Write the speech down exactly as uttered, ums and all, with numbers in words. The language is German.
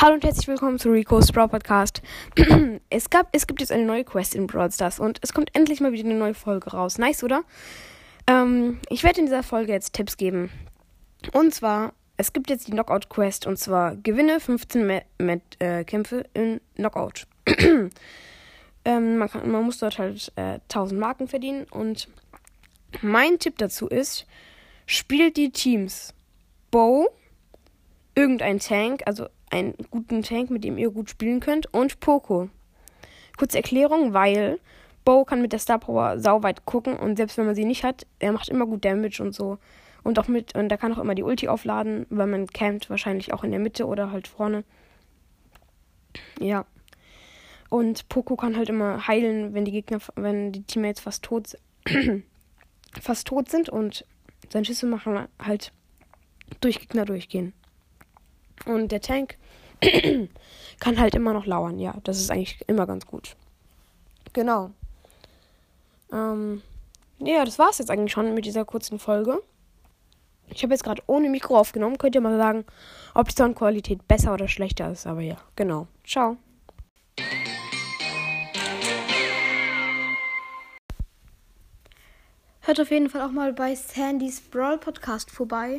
Hallo und herzlich willkommen zu Rico's Brawl Podcast. es, gab, es gibt jetzt eine neue Quest in Brawl Stars und es kommt endlich mal wieder eine neue Folge raus. Nice, oder? Ähm, ich werde in dieser Folge jetzt Tipps geben. Und zwar, es gibt jetzt die Knockout-Quest und zwar gewinne fünfzehn Me- Met- äh, Kämpfe in Knockout. ähm, man, kann, man muss dort halt äh, tausend Marken verdienen und mein Tipp dazu ist, spielt die Teams Bo, irgendein Tank, also einen guten Tank, mit dem ihr gut spielen könnt, und Poco. Kurze Erklärung, weil Bo kann mit der Star Power sauweit gucken und selbst wenn man sie nicht hat, er macht immer gut Damage und so. Und auch mit, und er kann auch immer die Ulti aufladen, weil man campt wahrscheinlich auch in der Mitte oder halt vorne. Ja. Und Poco kann halt immer heilen, wenn die Gegner, wenn die Teammates fast tot, fast tot sind und seine Schüsse machen halt durch Gegner durchgehen. Und der Tank kann halt immer noch lauern. Ja, das ist eigentlich immer ganz gut. Genau. Ähm, ja, das war's jetzt eigentlich schon mit dieser kurzen Folge. Ich habe jetzt gerade ohne Mikro aufgenommen. Könnt ihr mal sagen, ob die Soundqualität besser oder schlechter ist. Aber ja, genau. Ciao. Hört auf jeden Fall auch mal bei Sandys Brawl Podcast vorbei.